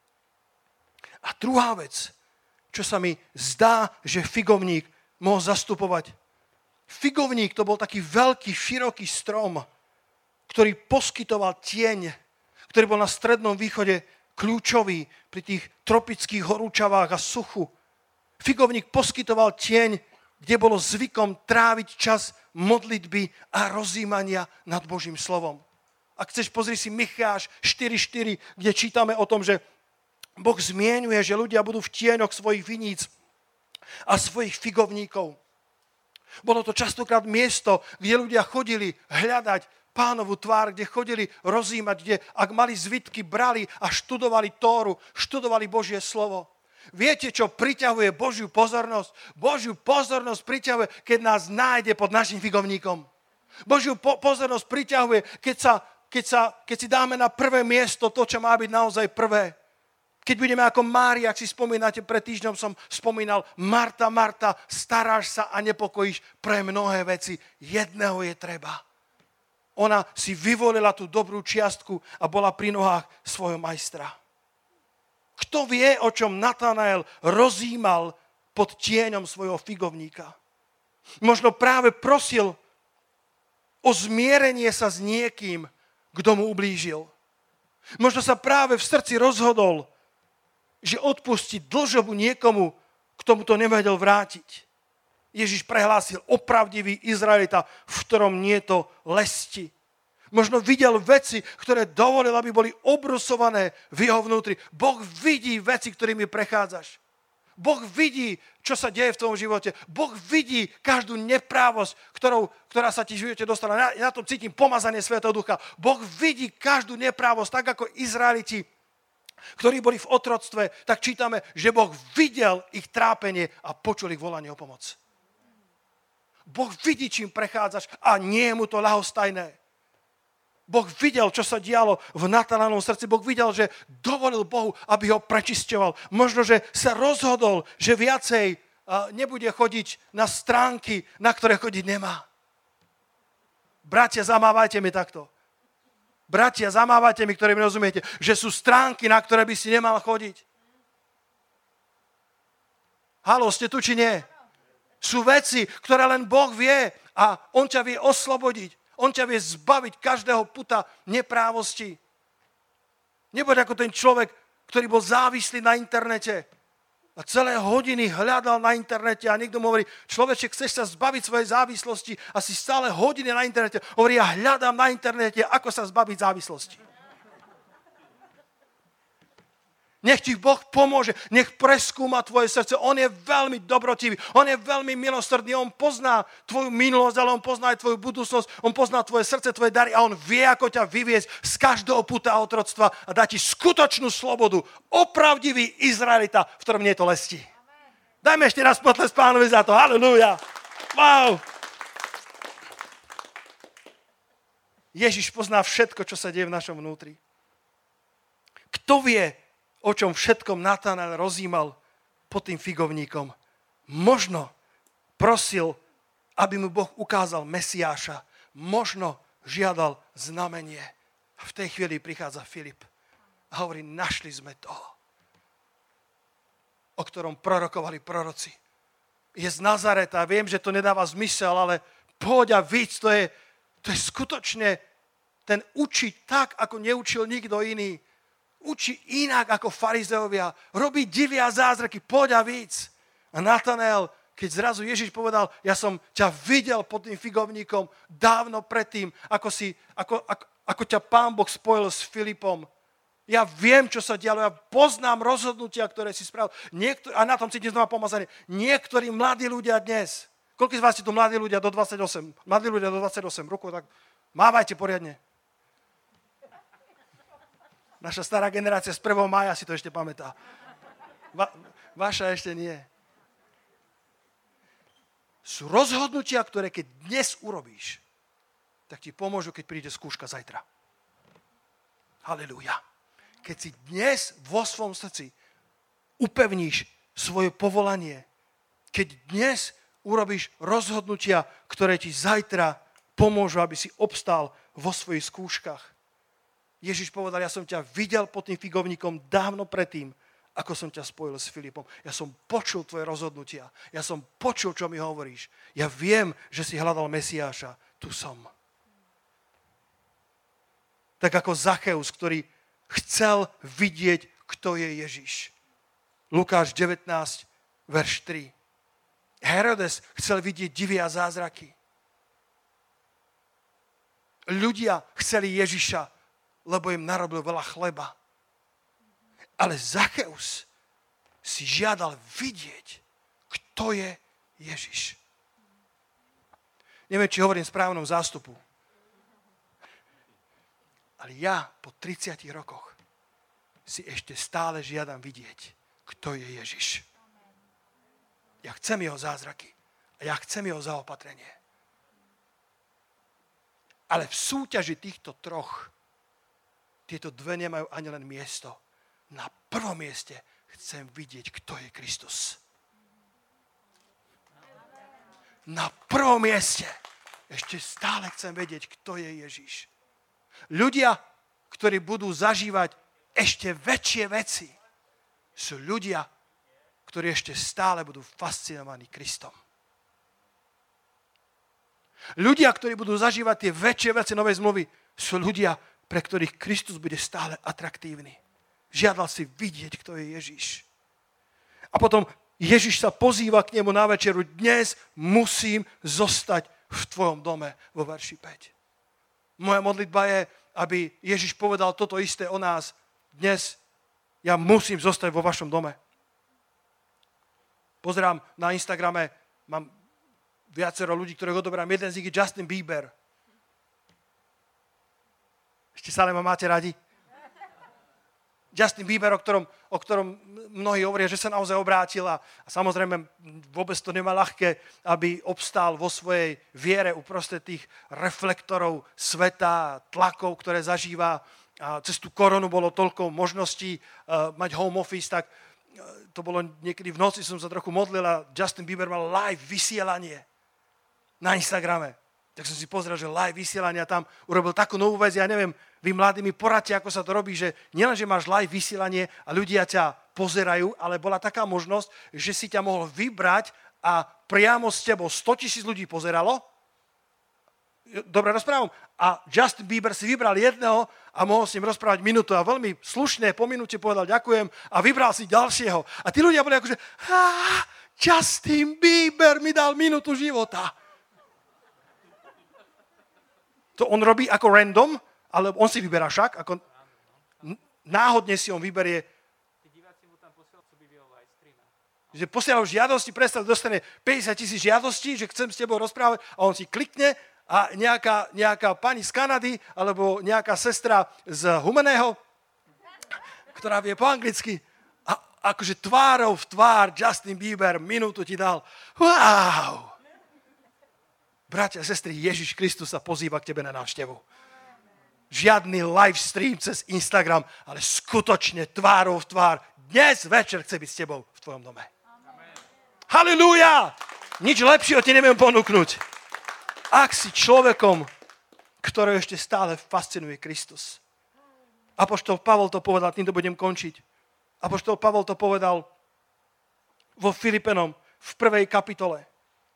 Speaker 1: A druhá vec, čo sa mi zdá, že figovník mohol zastupovať. Figovník to bol taký veľký, široký strom, ktorý poskytoval tieň, ktorý bol na Strednom východe kľúčový pri tých tropických horúčavách a suchu. Figovník poskytoval tieň, kde bolo zvykom tráviť čas modlitby a rozjímania nad Božím slovom. Ak chceš, pozri si Micháš štyri štyri, kde čítame o tom, že Boh zmieňuje, že ľudia budú v tieňoch svojich viníc a svojich figovníkov. Bolo to častokrát miesto, kde ľudia chodili hľadať Pánovu tvár, kde chodili rozjímať, kde ak mali zvitky, brali a študovali Tóru, študovali Božie slovo. Viete, čo priťahuje Božiu pozornosť? Božiu pozornosť priťahuje, keď nás nájde pod našim figovníkom. Božiu po- pozornosť priťahuje, keď sa Keď, sa, keď si dáme na prvé miesto to, čo má byť naozaj prvé. Keď budeme ako Mária, ak si spomínate, pred týždňom som spomínal, Marta, Marta, staráš sa a nepokojíš pre mnohé veci. Jedného je treba. Ona si vyvolila tú dobrú čiastku a bola pri nohách svojho majstra. Kto vie, o čom Natanael rozjímal pod tieňom svojho figovníka? Možno práve prosil o zmierenie sa s niekým, kto mu ublížil. Možno sa práve v srdci rozhodol, že odpustí dlžobu niekomu, kto mu to nevedel vrátiť. Ježiš prehlásil opravdivý Izraelita, v ktorom nie je to lesti. Možno videl veci, ktoré dovolil, aby boli obrusované v jeho vnútri. Boh vidí veci, ktorými prechádzaš. Boh vidí, čo sa deje v tom živote. Boh vidí každú neprávosť, ktorou, ktorá sa ti v živote dostala. Ja na tom cítim pomazanie Svätého Ducha. Boh vidí každú neprávosť, tak ako Izraeliti, ktorí boli v otroctve, tak čítame, že Boh videl ich trápenie a počul ich volanie o pomoc. Boh vidí, čím prechádzaš a nie je mu to ľahostajné. Boh videl, čo sa dialo v Natanaelovom srdci. Boh videl, že dovolil Bohu, aby ho prečisťoval. Možno, že sa rozhodol, že viacej nebude chodiť na stránky, na ktoré chodiť nemá. Bratia, zamávajte mi takto. Bratia, zamávajte mi, ktorí mi rozumiete, že sú stránky, na ktoré by si nemal chodiť. Haló, ste tu či nie? Sú veci, ktoré len Boh vie a on ťa vie oslobodiť. On ťa vie zbaviť každého puta neprávosti. Nebuď ako ten človek, ktorý bol závislý na internete a celé hodiny hľadal na internete a niekto mu hovorí, človeček, chceš sa zbaviť svojej závislosti a si stále hodiny na internete. Hovorí, ja hľadám na internete, ako sa zbaviť závislosti. Nech ti Boh pomôže, nech preskúma tvoje srdce. On je veľmi dobrotivý, on je veľmi milosrdný, on pozná tvoju minulosť, ale on pozná aj tvoju budúcnosť, on pozná tvoje srdce, tvoje dary a on vie, ako ťa vyviesť z každého puta otroctva a dá ti skutočnú slobodu. Opravdivý Izraelita, v ktorom nie je to lesti. Dajme ešte raz potles Pánovi za to. Halelúja. Wow. Ježiš pozná všetko, čo sa deje v našom vnútri. Kto vie, o čom všetkom Natanael rozjímal pod tým figovníkom? Možno prosil, aby mu Boh ukázal Mesiáša. Možno žiadal znamenie. A v tej chvíli prichádza Filip a hovorí, našli sme toho, o ktorom prorokovali proroci. Je z Nazareta. Viem, že to nedáva zmysel, ale poď a víc, to je, to je skutočne ten učiť tak, ako neučil nikto iný. Učí inak ako farizeovia. Robí divy a zázraky. Poď a víc. A Natanael keď zrazu Ježiš povedal, ja som ťa videl pod tým figovníkom dávno predtým, ako, si, ako, ako, ako ťa Pán Boh spojil s Filipom. Ja viem, čo sa dialo, ja poznám rozhodnutia, ktoré si spravil. Niektor- a na tom cítim znova pomazanie. Niektorí mladí ľudia dnes, koľko z vás ste tu mladí ľudia do dvadsaťosem? Mladí ľudia do dvadsaťosem, ruku, tak mávajte poriadne. Naša stará generácia z prvého mája si to ešte pamätá. Va- vaša ešte nie. Sú rozhodnutia, ktoré keď dnes urobíš, tak ti pomôžu, keď príde skúška zajtra. Halelúja. Keď si dnes vo svojom srdci upevníš svoje povolanie, keď dnes urobíš rozhodnutia, ktoré ti zajtra pomôžu, aby si obstál vo svojich skúškach. Ježiš povedal, ja som ťa videl pod tým figovníkom dávno predtým, ako som ťa spojil s Filipom. Ja som počul tvoje rozhodnutia. Ja som počul, čo mi hovoríš. Ja viem, že si hľadal Mesiáša. Tu som. Tak ako Zacheus, ktorý chcel vidieť, kto je Ježiš. Lukáš devätnásť, verš tri. Herodes chcel vidieť divy a zázraky. Ľudia chceli Ježiša, lebo im narobil veľa chleba. Ale Zacheus si žiadal vidieť, kto je Ježiš. Neviem, či hovorím správnom zástupu. Ale ja po tridsiatich rokoch si ešte stále žiadam vidieť, kto je Ježiš. Ja chcem jeho zázraky a ja chcem jeho zaopatrenie. Ale v súťaži týchto troch tieto dve nemajú ani len miesto. Na prvom mieste chcem vidieť, kto je Kristus. Na prvom mieste ešte stále chcem vedieť, kto je Ježiš. Ľudia, ktorí budú zažívať ešte väčšie veci, sú ľudia, ktorí ešte stále budú fascinovaní Kristom. Ľudia, ktorí budú zažívať tie väčšie veci novej zmluvy, sú ľudia, pre ktorých Kristus bude stále atraktívny. Žiadal si vidieť, kto je Ježiš. A potom Ježiš sa pozýva k nemu na večeru. Dnes musím zostať v tvojom dome, vo verši päť. Moja modlitba je, aby Ježiš povedal toto isté o nás. Dnes ja musím zostať vo vašom dome. Pozerám na Instagrame, mám viacero ľudí, ktorých odoberám. Jeden z nich je Justin Bieber. Ešte stále ma máte radi? Justin Bieber, o ktorom, o ktorom mnohí hovoria, že sa naozaj obrátil a, a samozrejme vôbec to nemá ľahké, aby obstál vo svojej viere uprostred tých reflektorov sveta, tlakov, ktoré zažíva. A cez tú koronu bolo toľko možností uh, mať home office, tak uh, to bolo niekedy v noci, som sa trochu modlil a Justin Bieber mal live vysielanie na Instagrame. Tak som si pozrel, že live vysielania tam urobil takú novú vec, ja neviem, vy mladí mi poradte, ako sa to robí, že nielen, že máš live vysielanie a ľudia ťa pozerajú, ale bola taká možnosť, že si ťa mohol vybrať a priamo s tebou stotisíc ľudí pozeralo. Dobre rozprávam. A Justin Bieber si vybral jedného a mohol s ním rozprávať minútu a veľmi slušne po minúte povedal ďakujem a vybral si ďalšieho. A tí ľudia boli akože Justin Bieber mi dal minútu života. To on robí ako random, ale on si vyberá však, ako náhodne si on vyberie. Tí diváci mu tam posielajú, co by bylo live streame. Že posielajú žiadosti, predstav, dostane päťdesiat tisíc žiadostí, že chcem s tebou rozprávať a on si klikne a nejaká, nejaká pani z Kanady alebo nejaká sestra z Humeného, ktorá vie po anglicky, a akože tvárou v tvár Justin Bieber minútu ti dal. Wow! Bratia a sestry, Ježiš Kristus sa pozýva k tebe na návštevu. Žiadny live stream cez Instagram, ale skutočne tvárou v tvár. Dnes večer chce byť s tebou v tvojom dome. Halelúja! Nič lepšieho ti neviem ponúknuť. Ak si človekom, ktorého ešte stále fascinuje Kristus. Apoštol Pavol to povedal, týmto budem končiť. Apoštol Pavol to povedal vo Filipenom v prvej kapitole.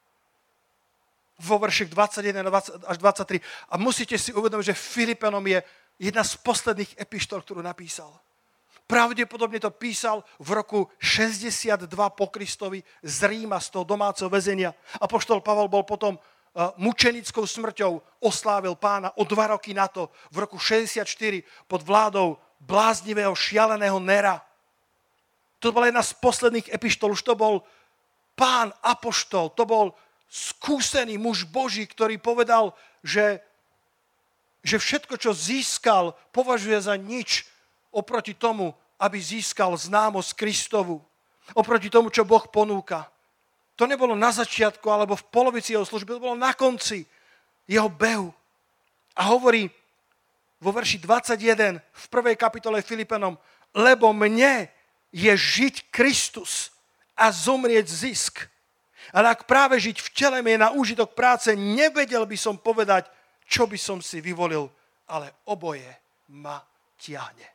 Speaker 1: Vo verších dvadsaťjeden až dvadsaťtri. A musíte si uvedomiť, že Filipenom je jedna z posledných epištol, ktorú napísal. Pravdepodobne to písal v roku šesťdesiatdva po Kristovi z Ríma, z toho domáceho väzenia. Apoštol Pavol bol potom mučenickou smrťou oslávil Pána o dva roky na to, v roku šesťdesiatštyri pod vládou bláznivého, šialeného Nera. To bola jedna z posledných epištol, už to bol Pán apoštol, to bol skúsený muž Boží, ktorý povedal, že, že všetko, čo získal, považuje za nič oproti tomu, aby získal známosť Kristovu. Oproti tomu, čo Boh ponúka. To nebolo na začiatku, alebo v polovici jeho služby, to bolo na konci jeho behu. A hovorí vo verši dvadsaťjeden v prvej kapitole Filipenom, lebo mne je žiť Kristus a zomrieť zisk. Ale ak práve žiť v tele mi je na úžitok práce, nevedel by som povedať, čo by som si vyvolil, ale oboje ma tiahne.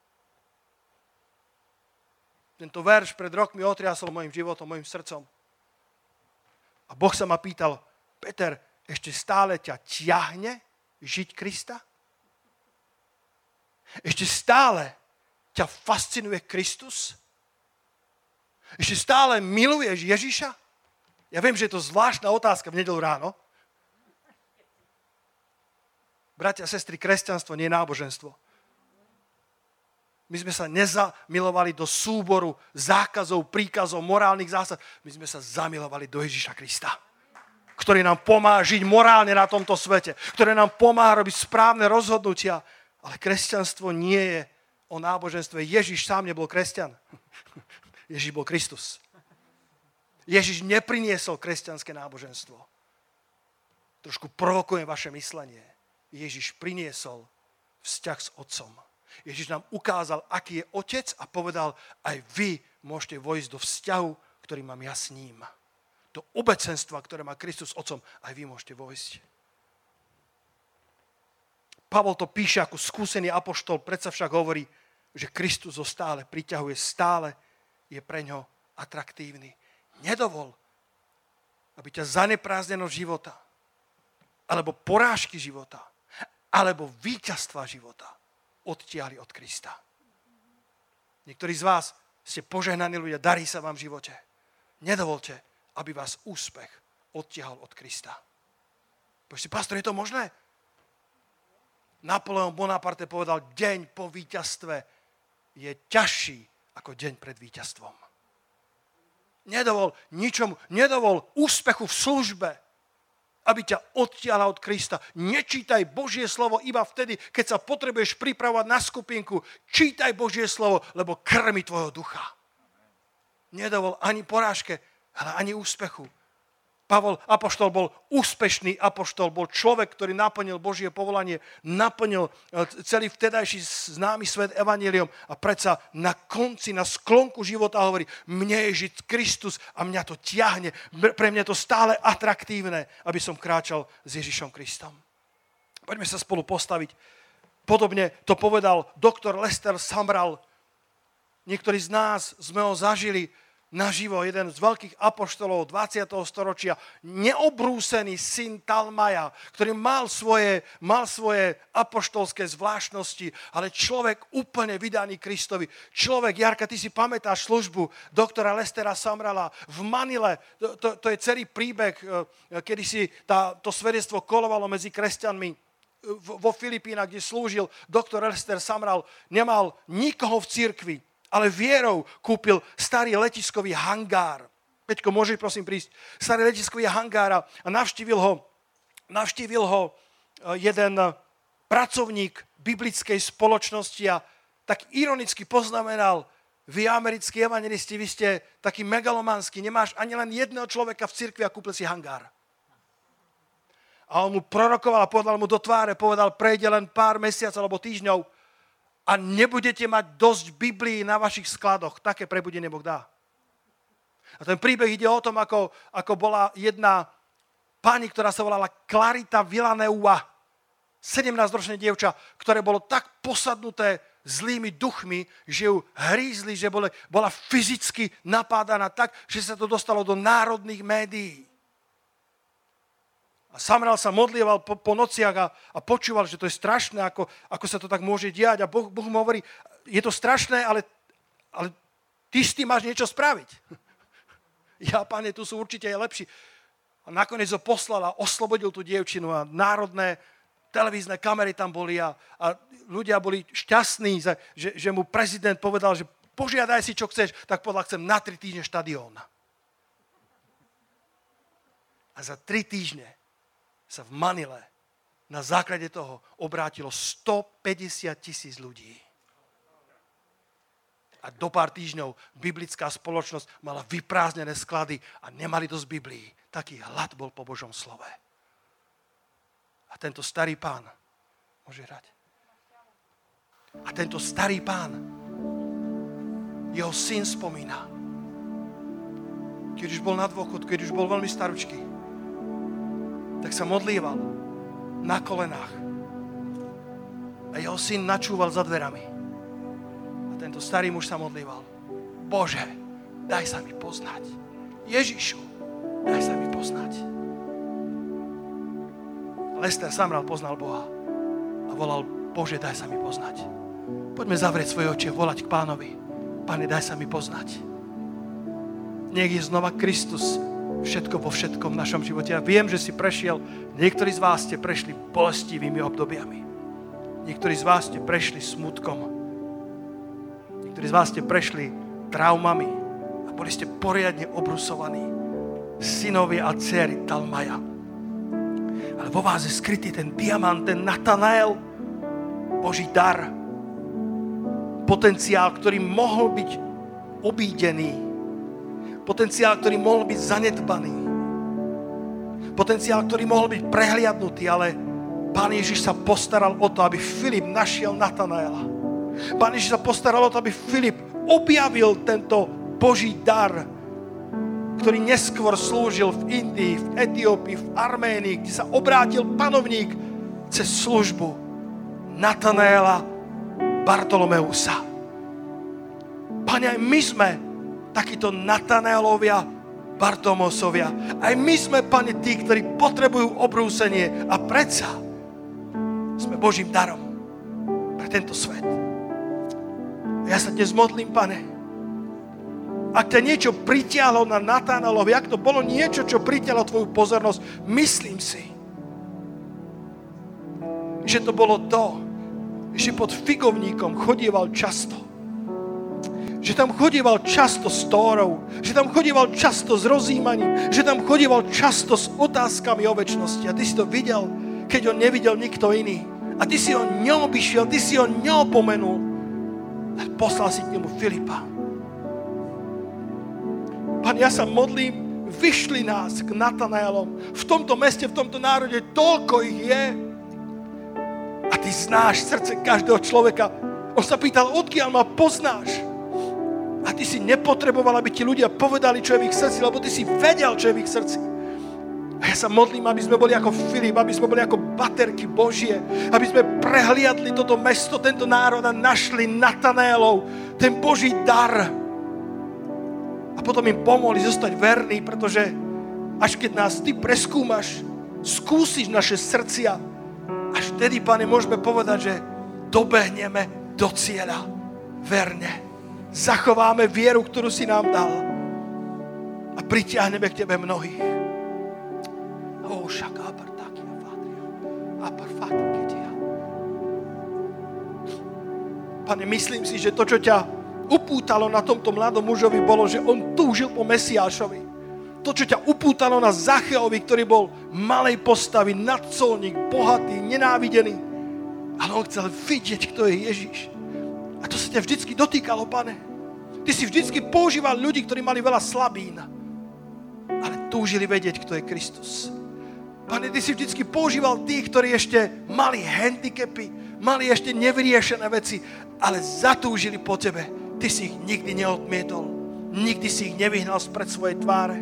Speaker 1: Tento verš pred rokmi otriasol mojim životom, mojim srdcom. A Boh sa ma pýtal, Peter, ešte stále ťa tiahne žiť Krista? Ešte stále ťa fascinuje Kristus? Ešte stále miluješ Ježiša? Ja viem, že je to zvláštna otázka v nedeľu ráno. Bratia a sestry, kresťanstvo nie je náboženstvo. My sme sa nezamilovali do súboru zákazov, príkazov, morálnych zásad. My sme sa zamilovali do Ježiša Krista, ktorý nám pomáha žiť morálne na tomto svete, ktorý nám pomáha robiť správne rozhodnutia. Ale kresťanstvo nie je o náboženstve. Ježiš sám nebol kresťan. Ježiš bol Kristus. Ježiš nepriniesol kresťanské náboženstvo. Trošku provokujem vaše myslenie. Ježiš priniesol vzťah s Otcom. Ježiš nám ukázal, aký je Otec a povedal, aj vy môžete vojsť do vzťahu, ktorý mám ja s ním. Do obecenstva, ktoré má Kristus s Otcom, aj vy môžete vojsť. Pavol to píše ako skúsený apoštol, predsa však hovorí, že Kristus ho stále priťahuje, stále je pre ňo atraktívny. Nedovol, aby ťa zaneprázdnenosť života, alebo porážky života, alebo víťazstva života odtiahli od Krista. Niektorí z vás ste požehnaní ľudia, darí sa vám v živote. Nedovolte, aby vás úspech odtiahol od Krista. Povieš si, pastor, je to možné? Napoleon Bonaparte povedal, deň po víťazstve je ťažší ako deň pred víťazstvom. Nedovol ničomu, nedovol úspechu v službe, aby ťa odtiahla od Krista. Nečítaj Božie slovo iba vtedy, keď sa potrebuješ pripravovať na skupinku. Čítaj Božie slovo, lebo krmi tvojho ducha. Nedovol ani porážke, ale ani úspechu. Pavol apoštol bol úspešný apoštol, bol človek, ktorý naplnil Božie povolanie, naplnil celý vtedajší známy svet evanjeliom a predsa na konci, na sklonku života hovorí, mne je žiť Kristus a mňa to ťahne, pre mňa je to stále atraktívne, aby som kráčal s Ježišom Kristom. Poďme sa spolu postaviť. Podobne to povedal doktor Lester Sumrall. Niektorí z nás sme ho zažili naživo, jeden z veľkých apoštolov dvadsiateho storočia, neobrúsený syn Talmaja, ktorý mal svoje, mal svoje apoštolské zvláštnosti, ale človek úplne vydaný Kristovi. Človek, Jarka, ty si pamätáš službu doktora Lestera Sumralla v Manile, to, to, to je celý príbeh, kedy si tá, to svedectvo kolovalo medzi kresťanmi vo Filipínach, kde slúžil doktor Lester Sumrall, nemal nikoho v cirkvi, ale vierou kúpil starý letiskový hangár. Peťko, môžeš prosím prísť? Starý letiskový hangár a navštívil ho, navštívil ho jeden pracovník biblickej spoločnosti a tak ironicky poznamenal, vy americkí evangelisti, vy ste takí megalománsky, nemáš ani len jedného človeka v cirkvi a kúpil si hangár. A on mu prorokoval a povedal mu do tváre, povedal, prejde len pár mesiacov alebo týždňov, a nebudete mať dosť Biblií na vašich skladoch. Také prebudenie Boh dá. A ten príbeh ide o tom, ako, ako bola jedna pani, ktorá sa volala Clarita Villanueva, sedemnásťročné dievča, ktoré bolo tak posadnuté zlými duchmi, že ju hrízli, že bola, bola fyzicky napádaná tak, že sa to dostalo do národných médií. A Sumrall sa modlieval po, po nociach a, a počúval, že to je strašné, ako, ako sa to tak môže diať. A Boh, boh mu hovorí, je to strašné, ale, ale ty s tým máš niečo spraviť. Ja, Pane, tu sú určite aj lepší. A nakoniec ho poslal a oslobodil tú dievčinu a národné televízne kamery tam boli a, a ľudia boli šťastní, že, že mu prezident povedal, že požiadaj si, čo chceš, tak podľa chcem na tri týždne štadión. A za tri týždne sa v Manile na základe toho obrátilo stopäťdesiat tisíc ľudí. A do pár týždňov biblická spoločnosť mala vyprázdnené sklady a nemali dosť Biblií. Taký hlad bol po Božom slove. A tento starý pán môže hrať. A tento starý pán, jeho syn spomína, keď už bol na dôchodku, keď už bol veľmi staručký, tak sa modlíval na kolenách. A jeho syn načúval za dverami. A tento starý muž sa modlíval. Bože, daj sa mi poznať. Ježišu, daj sa mi poznať. Lester Sumrall poznal Boha a volal, Bože, daj sa mi poznať. Poďme zavrieť svoje oči a volať k Pánovi. Pane, daj sa mi poznať. Nech je znova Kristus všetko vo všetkom v našom živote. Ja viem, že si prešiel, niektorí z vás ste prešli bolestivými obdobiami. Niektorí z vás ste prešli smutkom. Niektorí z vás ste prešli traumami a boli ste poriadne obrusovaní. Synovia a dcery Talmaja. Ale vo vás je skrytý ten diamant, ten Natanael, Boží dar. Potenciál, ktorý mohol byť obídený. Potenciál, ktorý mohol byť zanedbaný. Potenciál, ktorý mohol byť prehliadnutý, ale Pán Ježiš sa postaral o to, aby Filip našiel Natanaela. Pán Ježiš sa postaral o to, aby Filip objavil tento Boží dar, ktorý neskôr slúžil v Indii, v Etiópii, v Arménii, kde sa obrátil panovník cez službu Natanaela Bartolomeusa. Pane, aj my sme takíto Natanaelovia Bartomosovia. Aj my sme, Pane, tí, ktorí potrebujú obrúsenie a predsa sme Božím darom pre tento svet. A ja sa dnes modlím, Pane, ak ťa niečo pritiahlo na Natanaelovi, ak to bolo niečo, čo pritiahlo tvoju pozornosť, myslím si, že to bolo to, že pod figovníkom chodieval často. Že tam chodieval často s Tórou, že tam chodieval často s rozjímaním, že tam chodieval často s otázkami o večnosti. A ty si to videl, keď ho nevidel nikto iný. A ty si ho neobyšiel, ty si ho neopomenul. A poslal si k nemu Filipa. Pán, ja sa modlím, vyšli nás k Natanaelom. V tomto meste, v tomto národe toľko ich je. A ty znáš srdce každého človeka. On sa pýtal, odkiaľ ma poznáš? A ty si nepotreboval, aby ti ľudia povedali, čo je v ich srdci, lebo ty si vedel, čo je v ich srdci. A ja sa modlím, aby sme boli ako Filip, aby sme boli ako baterky Božie, aby sme prehliadli toto mesto, tento národ a našli Natanaelov, ten Boží dar. A potom im pomohli zostať verní, pretože až keď nás ty preskúmaš, skúsiš naše srdcia, až vtedy, Pane, môžeme povedať, že dobehneme do cieľa verne. Zachováme vieru, ktorú si nám dal a pritiahneme k tebe mnohých. Oh, šaká, partáky, a parfáky, Pane, myslím si, že to, čo ťa upútalo na tomto mladom mužovi, bolo, že on túžil po Mesiášovi. To, čo ťa upútalo na Zacheovi, ktorý bol malej postavy, nadcolník, bohatý, nenávidený. Ale on chcel vidieť, kto je Ježiš. A to sa ťa vždycky dotýkalo, Pane. Ty si vždycky používal ľudí, ktorí mali veľa slabín, ale túžili vedieť, kto je Kristus. Pane, ty si vždycky používal tých, ktorí ešte mali handicapy, mali ešte nevyriešené veci, ale zatúžili po tebe. Ty si ich nikdy neodmietol. Nikdy si ich nevyhnal spred svojej tváre.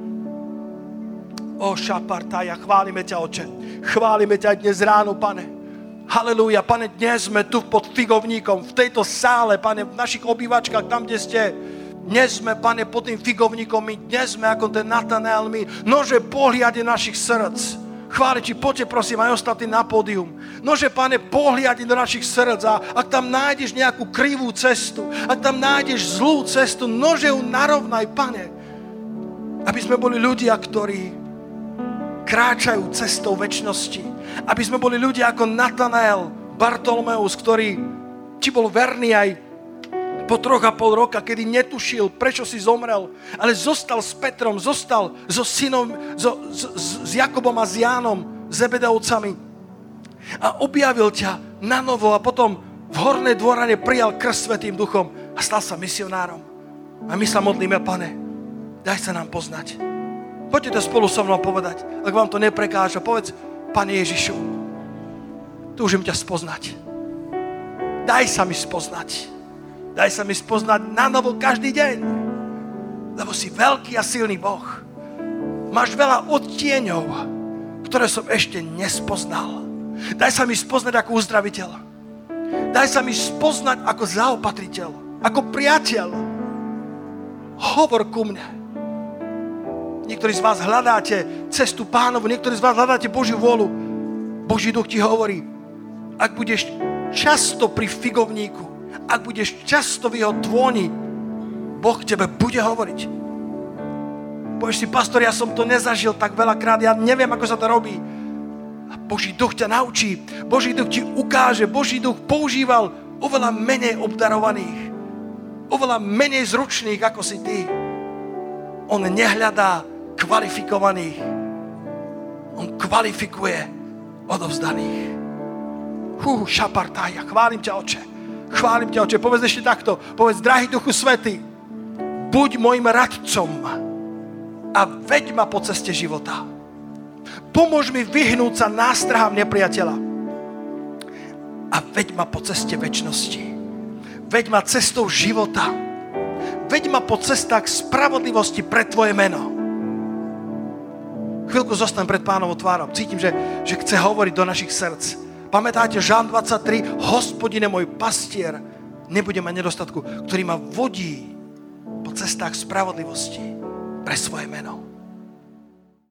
Speaker 1: O šapartája, chválime ťa, Oče. Chválime ťa dnes ráno, Pane. Halelúja, Pane, dnes sme tu pod figovníkom, v tejto sále, Pane, v našich obývačkách, tam, kde ste. Dnes sme, Pane, pod tým figovníkom, my dnes sme ako ten Natanael, my nože pohliade našich srdc. chváliči, poďte prosím aj ostatní na pódium. Nože, Pane, pohliadni do našich srdc a ak tam nájdeš nejakú krivú cestu, ak tam nájdeš zlú cestu, nože ju narovnaj, Pane. Aby sme boli ľudia, ktorí kráčajú cestou večnosti. Aby sme boli ľudia ako Natanael, Bartolomeus, ktorý ti bol verný aj po troch a pol roka, kedy netušil, prečo si zomrel, ale zostal s Petrom, zostal so synom, so, s, s Jakobom a s Jánom, Zebedovcami a objavil ťa na novo a potom v Hornej dvorane prijal krst Svätým Duchom a stal sa misionárom. A my sa modlíme, Pane, daj sa nám poznať. Poďte to spolu so mnou povedať, ak vám to neprekáža, povedz, Pane Ježišu, túžim ťa spoznať. Daj sa mi spoznať. Daj sa mi spoznať na novo každý deň. Lebo si veľký a silný Boh. Máš veľa odtieňov, ktoré som ešte nespoznal. Daj sa mi spoznať ako uzdraviteľ. Daj sa mi spoznať ako zaopatriteľ, ako priateľ. Hovor ku mne. Niektorí z vás hľadáte cestu Pánovu, niektorí z vás hľadáte Božiu vôľu. Boží duch ti hovorí, ak budeš často pri figovníku, ak budeš často v jeho tvoni, Boh k tebe bude hovoriť. Povieš si, pastor, ja som to nezažil tak veľakrát, ja neviem, ako sa to robí. A Boží duch ťa naučí, Boží duch ti ukáže, Boží duch používal oveľa menej obdarovaných, oveľa menej zručných, ako si ty. On nehľadá kvalifikovaných, on kvalifikuje odovzdaných. Hú, šapartája, chválim ťa, Oče. Chválim ťa, Oče. Povedz ešte takto. Povedz, drahý Duchu Svätý, buď môjim radcom a veď ma po ceste života. Pomôž mi vyhnúť sa nástrahám nepriateľa a veď ma po ceste večnosti. Veď ma cestou života. Veď ma po cestách spravodlivosti pre Tvoje meno. Chvíľku zostaň pred Pánovou tvárou. Cítim, že, že chce hovoriť do našich srdc. Pamätáte Žán dvadsaťtri? Hospodine môj pastier, nebude mať nedostatku, ktorý ma vodí po cestách spravodlivosti pre svoje meno.